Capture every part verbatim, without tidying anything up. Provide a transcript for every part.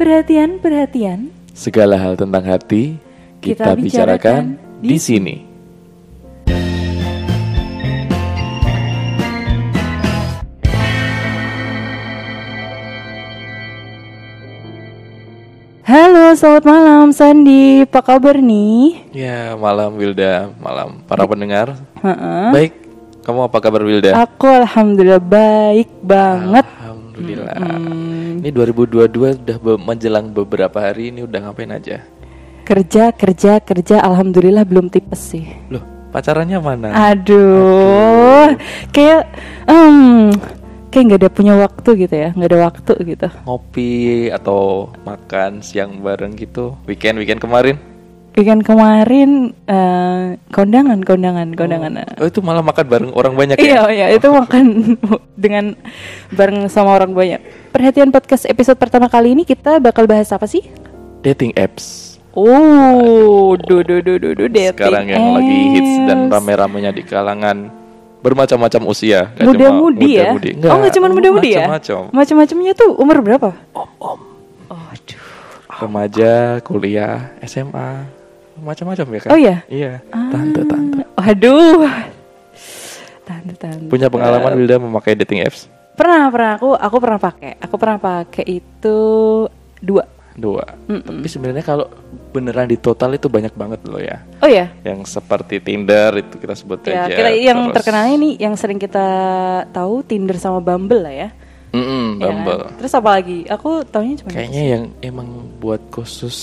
Perhatian, perhatian. Segala hal tentang hati kita, kita bicarakan, bicarakan di sini. Halo, selamat malam Sandi. Apa kabar nih? Ya, malam Wilda, malam para pendengar. Uh-uh. Baik, kamu apa kabar Wilda? Aku alhamdulillah baik banget. Alhamdulillah. Mm-hmm. Ini dua ribu dua puluh dua udah be- menjelang beberapa hari ini udah ngapain aja? Kerja, kerja, kerja. Alhamdulillah belum tipes sih. Loh, pacarannya mana? Aduh, Aduh. kayak, um, kayak nggak ada punya waktu gitu ya, nggak ada waktu gitu. Ngopi atau makan siang bareng gitu. Weekend, weekend kemarin? Weekend kemarin uh, kondangan, kondangan, kondangan. Oh, oh itu malah makan bareng orang banyak ya? Iya, iya, itu makan dengan bareng sama orang banyak. Perhatian podcast episode pertama kali ini kita bakal bahas apa sih? Dating apps. Oh, do do do do do dating. Sekarang yang apps. Lagi hits dan rame-ramenya di kalangan bermacam-macam usia. Muda-mudi ya? Muda-mudi. Enggak, oh, nggak cuma muda-mudi ya? Macam-macam. Macam-macamnya tuh umur berapa? Om-om. Oh, aduh. Remaja, kuliah, S M A. Macam-macam ya kan? Oh iya? Iya, tante-tante. Aduh. Tante-tante. Punya pengalaman Wilda memakai dating apps? Pernah, pernah. Aku aku pernah pakai. Aku pernah pakai itu dua. Dua. Mm-mm. Tapi sebenarnya kalau beneran di total itu banyak banget loh ya. Oh ya? Yang seperti Tinder itu kita sebut ya, aja. Kita yang terus... terkenalnya nih yang sering kita tahu Tinder sama Bumble lah ya. Mm-mm, ya Bumble. Kan? Terus apa lagi? Aku taunya cuma kayaknya yang emang buat khusus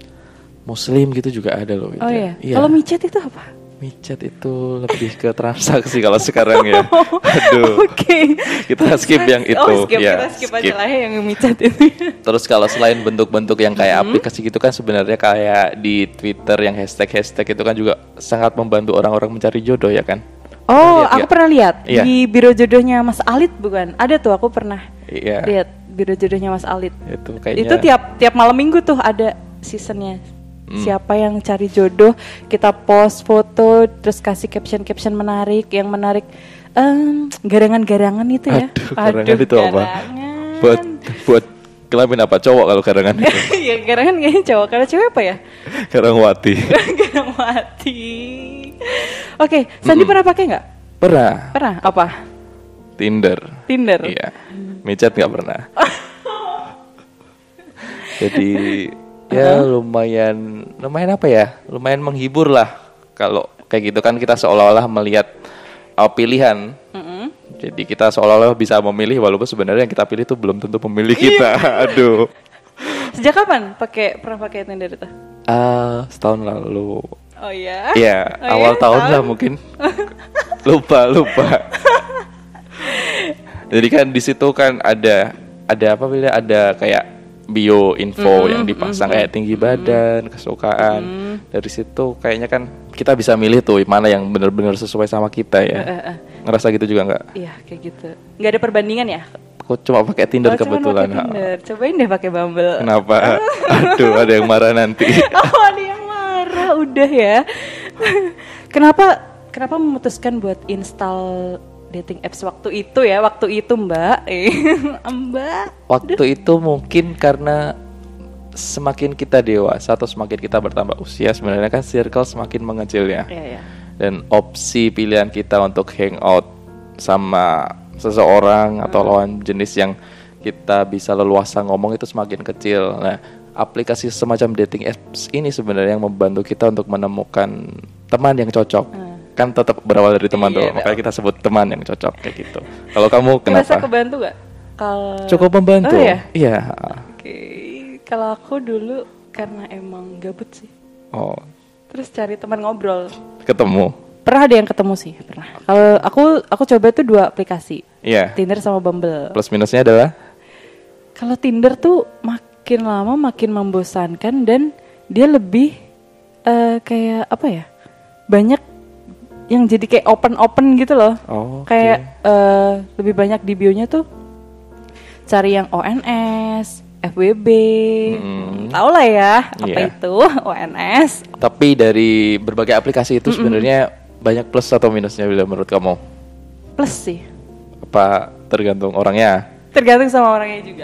Muslim gitu juga ada loh. Gitu. Oh iya. iya. Kalau micet itu apa? Micet itu lebih ke transaksi kalau sekarang ya. Aduh. Oke. Okay. Kita skip yang itu. Oh, skip. Ya, kita skip, skip aja lah ya yang micet itu. Terus kalau selain bentuk-bentuk yang kayak mm-hmm. aplikasi gitu kan sebenarnya kayak di Twitter yang hashtag-hashtag itu kan juga sangat membantu orang-orang mencari jodoh ya kan? Oh, lihat, aku ya? pernah lihat iya. di biro jodohnya Mas Alit bukan? Ada tuh aku pernah iya. lihat biro jodohnya Mas Alit. Itu kayaknya. Itu tiap tiap malam minggu tuh ada seasonnya. Hmm. Siapa yang cari jodoh, kita post foto, terus kasih caption-caption menarik, yang menarik um, garangan-garangan itu ya. Aduh, garangan Aduh, itu garangan. apa? Buat buat kelamin apa cowok kalau garangan itu? Ya garangan kayaknya cowok, kalau cewek apa ya? Garangwati. Garangwati. Oke, okay, Sandi mm-mm. pernah pakai nggak? Pernah. Pernah. Apa? Tinder. Tinder. Iya. Micet nggak pernah. Jadi ya lumayan lumayan apa ya lumayan menghibur lah kalau kayak gitu kan kita seolah-olah melihat uh, pilihan mm-hmm. jadi kita seolah-olah bisa memilih walaupun sebenarnya yang kita pilih itu belum tentu pemilih kita. Aduh. Sejak kapan pakai pernah pakai Tinder itu? Ah uh, setahun lalu. Oh ya? Iya oh, awal ya? tahun tahun lah mungkin. lupa lupa. Jadi kan di situ kan ada ada apa bila ada kayak bio info mm-hmm, yang dipasang mm-hmm. kayak tinggi badan, mm-hmm. kesukaan. Mm-hmm. Dari situ kayaknya kan kita bisa milih tuh mana yang benar-benar sesuai sama kita ya. Uh, uh, uh. Ngerasa gitu juga nggak? Iya kayak gitu. Nggak ada perbandingan ya? Aku cuma pakai Tinder oh, kebetulan. Cuma pakai Tinder. Cobain deh pakai Bumble. Kenapa? Aduh ada yang marah nanti. Oh ada yang marah udah ya. Kenapa? Kenapa memutuskan buat install dating apps waktu itu ya, waktu itu Mbak. Mbak. Waktu itu mungkin karena semakin kita dewasa atau semakin kita bertambah usia sebenarnya kan circle semakin mengecil ya. Iya, iya. Dan opsi pilihan kita untuk hangout sama seseorang hmm. atau lawan jenis yang kita bisa leluasa ngomong itu semakin kecil. Nah, aplikasi semacam dating apps ini sebenarnya yang membantu kita untuk menemukan teman yang cocok. Hmm. Kan tetap berawal dari teman tuh, makanya kita sebut teman yang cocok kayak gitu. Kalau kamu kenapa? Merasa kebantu gak? Kalau cukup membantu. Oh, iya. Iya. Oke. Okay. Kalau aku dulu karena emang gabut sih. Oh. Terus cari teman ngobrol. Ketemu. Pernah ada yang ketemu sih, pernah. Kalau aku aku coba tuh dua aplikasi. Iya. Tinder sama Bumble. Plus minusnya adalah? Kalau Tinder tuh makin lama makin membosankan dan dia lebih uh, kayak apa ya? Banyak yang jadi kayak open-open gitu loh. Oh, kayak okay. uh, lebih banyak di bio-nya tuh cari yang O N S, F W B, hmm. tau lah ya apa yeah. itu O N S. Tapi dari berbagai aplikasi itu Mm-mm. sebenarnya banyak plus atau minusnya bila menurut kamu? Plus sih. Apa tergantung orangnya? Tergantung sama orangnya juga.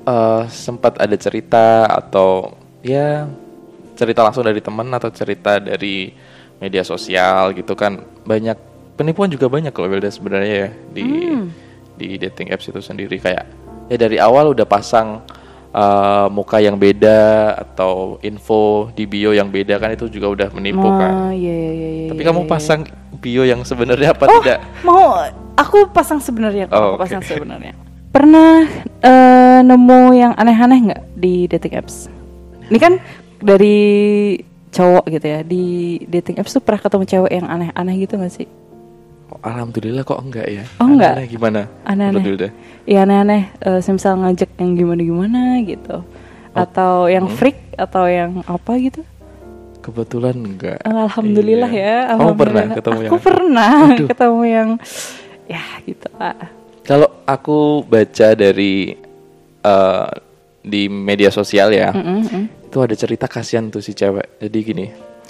uh, sempat ada cerita atau ya cerita langsung dari teman atau cerita dari media sosial gitu kan, banyak penipuan juga banyak loh Wilda sebenarnya ya di hmm. di dating apps itu sendiri. Kayak ya dari awal udah pasang uh, muka yang beda atau info di bio yang beda kan, itu juga udah menipu oh, kan. Iya, iya, iya, Tapi iya, kamu iya. pasang bio yang sebenarnya apa oh, tidak? Mau aku pasang sebenarnya, oh, aku okay. pasang sebenarnya. Pernah uh, nemu yang aneh-aneh nggak di dating apps? Ini kan dari cowok gitu ya, di dating apps tuh pernah ketemu cewek yang aneh-aneh gitu nggak sih? Oh, alhamdulillah kok enggak ya. Oh enggak? Aneh-aneh gimana? Aneh-aneh. Iya aneh-aneh, uh, semisal ngajak yang gimana-gimana gitu. Oh. Atau yang hmm. freak atau yang apa gitu. Kebetulan enggak. Alhamdulillah iya. ya. Kamu pernah ketemu aku yang? Aku pernah Aduh. ketemu yang ya gitu lah. Kalau aku baca dari uh, di media sosial ya, mm-hmm. itu ada cerita kasihan tuh si cewek. Jadi gini,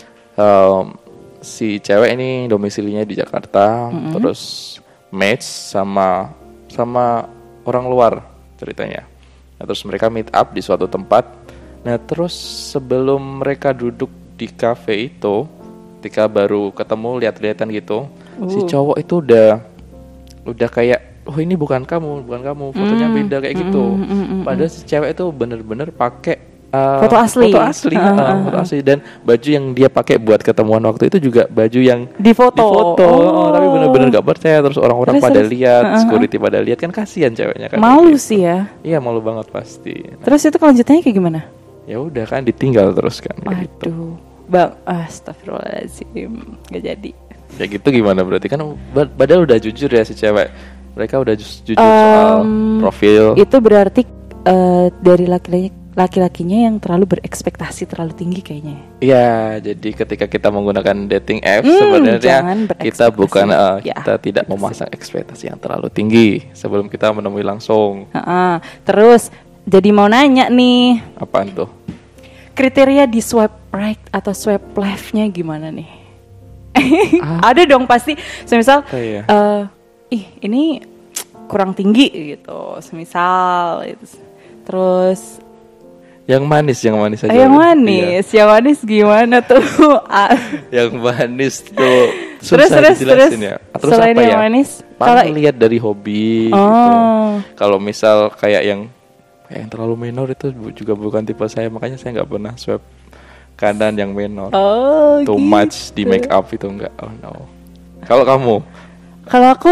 um, si cewek ini domisilinya di Jakarta, mm-hmm. terus match sama sama orang luar ceritanya. Nah, terus mereka meet up di suatu tempat. Nah terus sebelum mereka duduk di cafe itu, ketika baru ketemu lihat-lihatan gitu, uh. si cowok itu udah udah kayak, oh ini bukan kamu, bukan kamu, fotonya mm. beda kayak mm, gitu. Mm, mm, mm, Padahal si cewek itu bener-bener pakai uh, foto asli, foto asli, uh, uh, foto asli, dan baju yang dia pakai buat ketemuan waktu itu juga baju yang difoto, difoto. Oh. Oh, tapi bener-bener gak percaya. Terus orang-orang terus, pada terus, lihat, uh, uh, security pada lihat, kan kasihan ceweknya kan. Malu gitu. sih ya. Iya malu banget pasti. Nah, terus itu kelanjutannya kayak gimana? Ya udah kan ditinggal terus kan. Aduh, gitu. Bang, astagfirullahaladzim, gak jadi. Ya gitu gimana berarti kan? Padahal udah jujur ya si cewek. Mereka udah ju- jujur um, soal profil. Itu berarti uh, dari laki-laki laki-lakinya yang terlalu berekspektasi terlalu tinggi kayaknya. Iya, jadi ketika kita menggunakan dating apps hmm, sebenarnya kita bukan uh, ya, kita tidak gitu memasang sih. ekspektasi yang terlalu tinggi sebelum kita menemui langsung. Uh-uh. Terus jadi mau nanya nih. Apaan tuh? Kriteria di swipe right atau swipe left-nya gimana nih? Ah. Ada dong pasti. Semisal oh, iya. uh, ih ini kurang tinggi gitu, semisal itu. Terus yang manis, yang manis aja. Yang manis, iya. Yang manis gimana tuh? Yang manis tuh susah terus, terus, dijelasin terus, ya. Terus selain apa yang ya? manis, kalau lihat dari hobi oh. gitu. Kalau misal kayak yang kayak yang terlalu minor itu juga bukan tipe saya, makanya saya nggak pernah swipe kanan yang minor. Oh, too gitu. much di make up itu enggak. Oh no. Kalau kamu? Kalau aku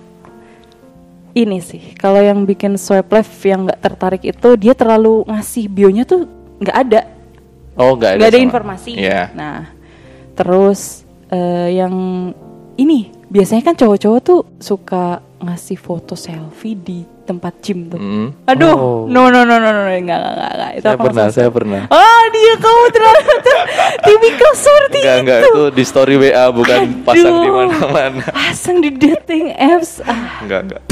ini sih, kalau yang bikin swipe left yang nggak tertarik itu dia terlalu ngasih bionya tuh nggak ada. Oh nggak ada. Nggak ada sama. informasi. Yeah. Nah, terus uh, yang ini biasanya kan cowok-cowok tuh suka ngasih foto selfie di tempat gym tuh. Mm. Aduh, oh. no no no no no, enggak enggak enggak. Itu saya pernah, saya pernah. Oh, dia kamu terlalu tipikal seperti enggak, itu. Enggak, itu di story W A bukan Aduh, pasang di mana-mana. Pasang di dating apps. Ah. Enggak, enggak.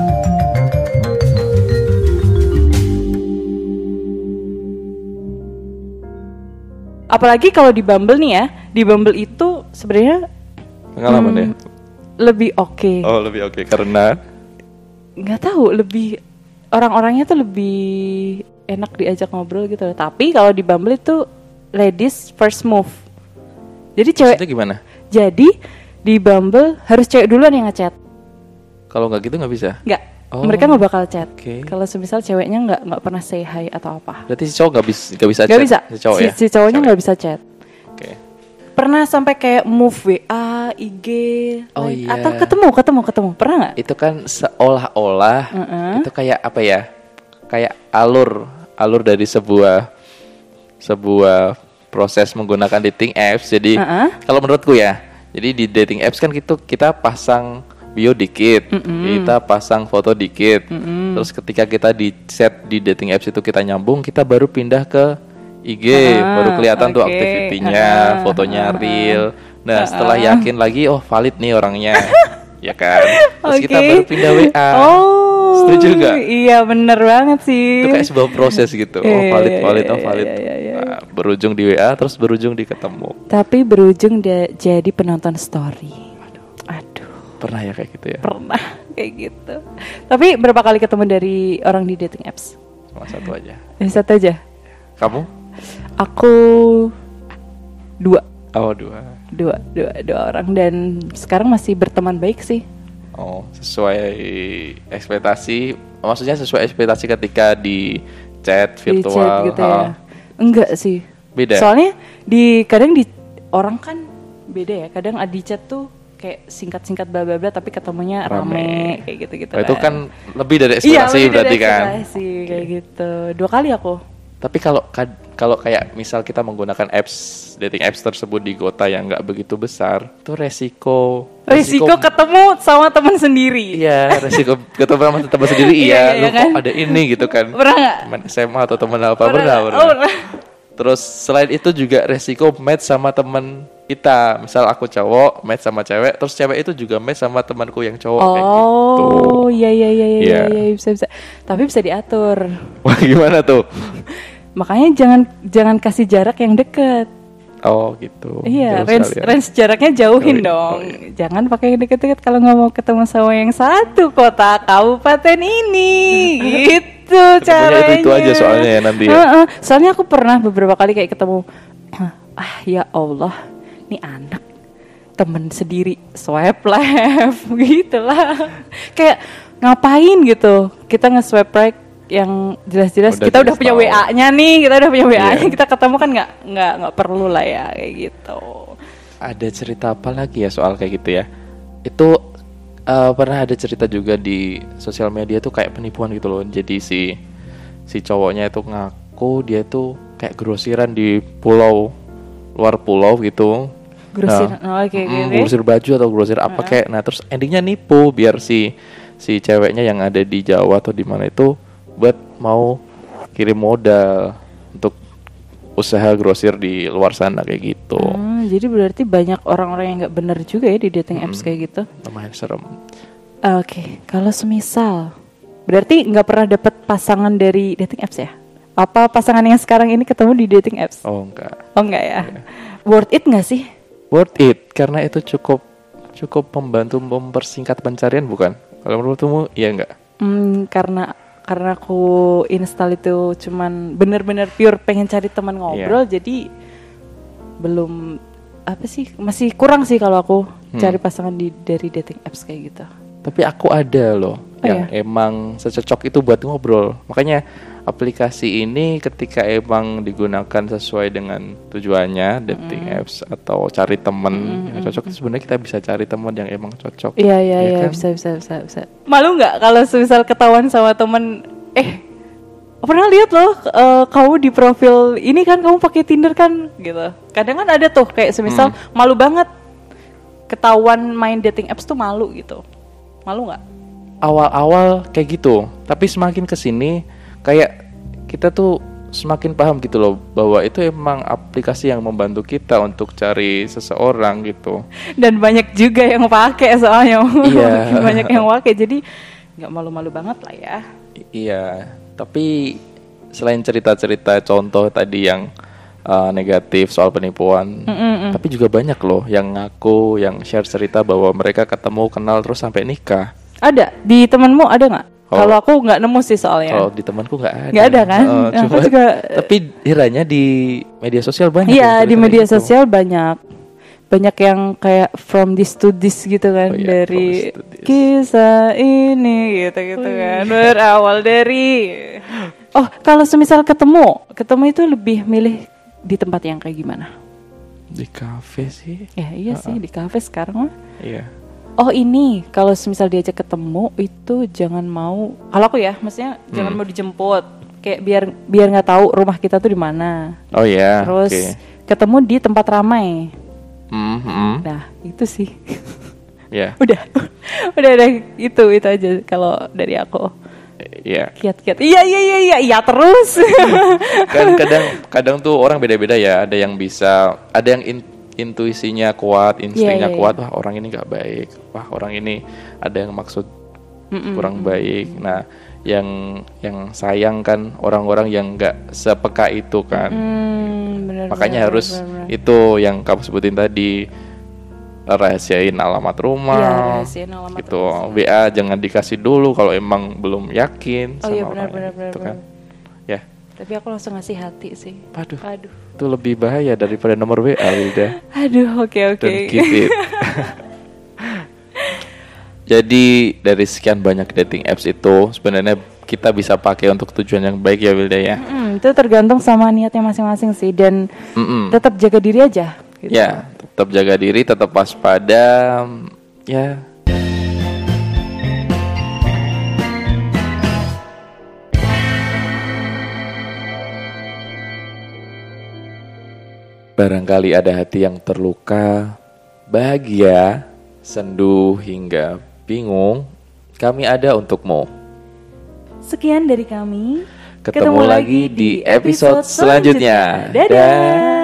Apalagi kalau di Bumble nih ya, di Bumble itu sebenarnya pengalaman hmm, ya. Lebih oke. Okay. Oh, lebih oke okay. Karena nggak tahu, lebih orang-orangnya tuh lebih enak diajak ngobrol gitu. Tapi kalau di Bumble itu ladies first move. Jadi cewek. Maksudnya gimana? Jadi di Bumble harus cewek duluan yang ngechat. Kalau nggak gitu nggak bisa? Nggak. Oh, mereka nggak bakal chat. Okay. Kalau semisal ceweknya nggak nggak pernah say hi atau apa. Berarti si cowok nggak bisa nggak bisa gak chat. Bisa. Si cowok si, ya. Si cowoknya nggak bisa chat. Oke. Okay. Pernah sampai kayak move W A, I G, oh, like, iya. atau ketemu, ketemu, ketemu. Pernah nggak? Itu kan seolah-olah uh-uh. itu kayak apa ya? Kayak alur, alur dari sebuah sebuah proses menggunakan dating apps. Jadi uh-uh. kalau menurutku ya, jadi di dating apps kan itu kita pasang bio dikit, mm-mm. kita pasang foto dikit, mm-mm. terus ketika kita di set di dating apps itu kita nyambung, kita baru pindah ke I G, ah, baru kelihatan okay. tuh aktivitinya, ah, fotonya ah, real. Nah, ah, setelah yakin lagi, oh valid nih orangnya, ya kan? Terus okay. kita baru pindah W A. Oh, setuju nggak? Iya bener banget sih. Itu kayak sebuah proses gitu. Oh valid, valid, oh valid. Iya, iya, iya. Nah, berujung di W A, terus berujung di ketemu. Tapi berujung de- jadi penonton story. Aduh, aduh. Pernah ya kayak gitu ya? Pernah kayak gitu. Tapi berapa kali ketemu dari orang di dating apps? Cuma satu aja. Yang satu aja. Kamu? Aku dua. Oh dua. Dua, dua, dua orang dan sekarang masih berteman baik sih. Oh sesuai ekspektasi, maksudnya sesuai ekspektasi ketika di chat virtual. Di chat gitu ya. Enggak sih. Beda. Soalnya di kadang di orang kan beda ya. Kadang di chat tuh kayak singkat-singkat bla bla bla tapi ketemunya rame, rame kayak gitu-gitu. Oh, itu kan lebih dari ekspektasi, iya, lebih berarti dari kan. Ekspektasi kayak gitu. Dua kali aku. Tapi kalau kalau kayak misal kita menggunakan apps dating apps tersebut di kota yang nggak begitu besar, itu resiko, resiko resiko ketemu sama teman sendiri. Iya, resiko ketemu sama teman sendiri. Iya, lu kan? Kok ada ini gitu kan? Pernah nggak? Teman S M A atau teman apa? Pernah, pernah, pernah. Oh, pernah. Terus selain itu juga resiko match sama teman kita. Misal aku cowok match sama cewek, terus cewek itu juga match sama temanku yang cowok oh, kayak gitu. Oh, iya iya iya iya yeah. iya bisa bisa. Tapi bisa diatur. Wah, gimana tuh? Makanya jangan jangan kasih jarak yang deket. Oh gitu. Iya, range, range jaraknya jauhin Jauhin. dong. Oh, iya. Jangan pakai yang deket-deket kalau nggak mau ketemu sama yang satu kota kabupaten ini. Gitu caranya. Itu, itu aja soalnya ya nanti ya. Uh-uh. Soalnya aku pernah beberapa kali kayak ketemu. Ah ya Allah, nih anak temen sendiri swipe left gitulah. Kayak ngapain gitu? Kita nge-swipe right yang jelas-jelas udah kita udah punya W A-nya nih, kita udah punya W A-nya, yeah. Kita ketemu kan nggak nggak nggak perlu lah ya kayak gitu. Ada cerita apa lagi ya soal kayak gitu ya? Itu uh, pernah ada cerita juga di sosial media tuh kayak penipuan gitu loh. Jadi si si cowoknya itu ngaku dia tuh kayak grosiran di pulau luar pulau gitu. Grosir, nah, oh, okay, mm, okay. grosir baju atau grosir apa uh-huh. kayak. Nah terus endingnya nipu biar si si ceweknya yang ada di Jawa atau di mana itu buat mau kirim modal untuk usaha grosir di luar sana kayak gitu. Hmm, jadi berarti banyak orang-orang yang nggak benar juga ya di dating apps hmm, kayak gitu. Lumayan serem. Oke, okay. Kalau semisal, berarti nggak pernah dapet pasangan dari dating apps ya? Apa pasangan yang sekarang ini ketemu di dating apps? Oh enggak. Oh enggak ya. Yeah. Worth it nggak sih? Worth it karena itu cukup cukup membantu mempersingkat pencarian bukan? Kalau menurutmu iya enggak? Hmm, karena karena aku install itu cuman bener-bener pure pengen cari teman ngobrol, yeah. Jadi belum apa sih masih kurang sih kalau aku hmm. cari pasangan di dari dating apps kayak gitu. Tapi aku ada loh oh yang ya? Emang secocok itu buat ngobrol. Makanya aplikasi ini ketika emang digunakan sesuai dengan tujuannya dating mm. apps atau cari teman mm, yang cocok mm, sebenarnya kita bisa cari teman yang emang cocok. Iya iya iya kan? bisa bisa bisa bisa. Malu nggak kalau misal ketahuan sama teman eh pernah lihat loh uh, kamu di profil ini kan kamu pakai Tinder kan gitu. Kadang kan ada tuh kayak semisal mm. malu banget ketahuan main dating apps tuh malu gitu. Malu nggak? Awal-awal kayak gitu, tapi semakin kesini kayak kita tuh semakin paham gitu loh bahwa itu emang aplikasi yang membantu kita untuk cari seseorang gitu. Dan banyak juga yang pakai soalnya. Iya. Banyak yang pakai jadi nggak malu-malu banget lah ya. I- iya, tapi selain cerita-cerita contoh tadi yang uh, negatif soal penipuan, Mm-mm. tapi juga banyak loh yang ngaku, yang share cerita bahwa mereka ketemu, kenal terus sampai nikah. Ada di temanmu ada nggak? Oh. Kalau aku nggak nemu sih soalnya. Kalau di temanku nggak ada. Nggak ada kan? Uh, nah, cuma, juga, tapi hiranya di media sosial banyak. Iya di media gitu. Sosial banyak, banyak yang kayak from this to this gitu kan, oh, iya, dari kisah ini gitu-gitu oh, kan iya. Berawal dari. Oh kalau semisal ketemu, ketemu itu lebih milih di tempat yang kayak gimana? Di kafe sih. Ya iya uh-uh. sih di kafe sekarang mah. Iya. Oh ini kalau misal diajak ketemu itu jangan mau, kalau aku ya maksudnya hmm. jangan mau dijemput, kayak biar biar nggak tahu rumah kita tuh di mana. Oh iya. Yeah. Terus okay. ketemu di tempat ramai. Mm-hmm. Nah itu sih. Ya. Yeah. udah, udah udah itu itu aja kalau dari aku. Iya. Yeah. Kiat-kiat. Iya iya iya iya iya terus. Kan kadang kadang tuh orang beda-beda ya. Ada yang bisa, ada yang in, intuisinya kuat, instingnya yeah, yeah, kuat. Yeah. Wah orang ini nggak baik. Wah orang ini ada yang maksud Mm-mm. kurang baik. Nah yang yang sayang kan orang-orang yang nggak sepeka itu kan. Mm, bener, makanya bener, harus bener, bener. Itu yang kamu sebutin tadi, rahasiain alamat rumah, ya, rahasiain alamat gitu. rumah. W A jangan dikasih dulu kalau emang belum yakin oh, sama iya, orang benar, itu benar, kan. Tapi aku langsung ngasih hati sih. Aduh. Aduh. Itu lebih bahaya daripada nomor W A, Wilda. Aduh, oke oke. Don't give it. Jadi dari sekian banyak dating apps itu sebenarnya kita bisa pakai untuk tujuan yang baik ya Wilda ya. Mm, itu tergantung sama niatnya masing-masing sih dan Mm-mm. tetap jaga diri aja. Gitu. Ya, tetap jaga diri, tetap waspada. Ya. Barangkali ada hati yang terluka, bahagia, sendu hingga bingung, kami ada untukmu. Sekian dari kami. Ketemu, Ketemu lagi di episode selanjutnya. selanjutnya. Dadah.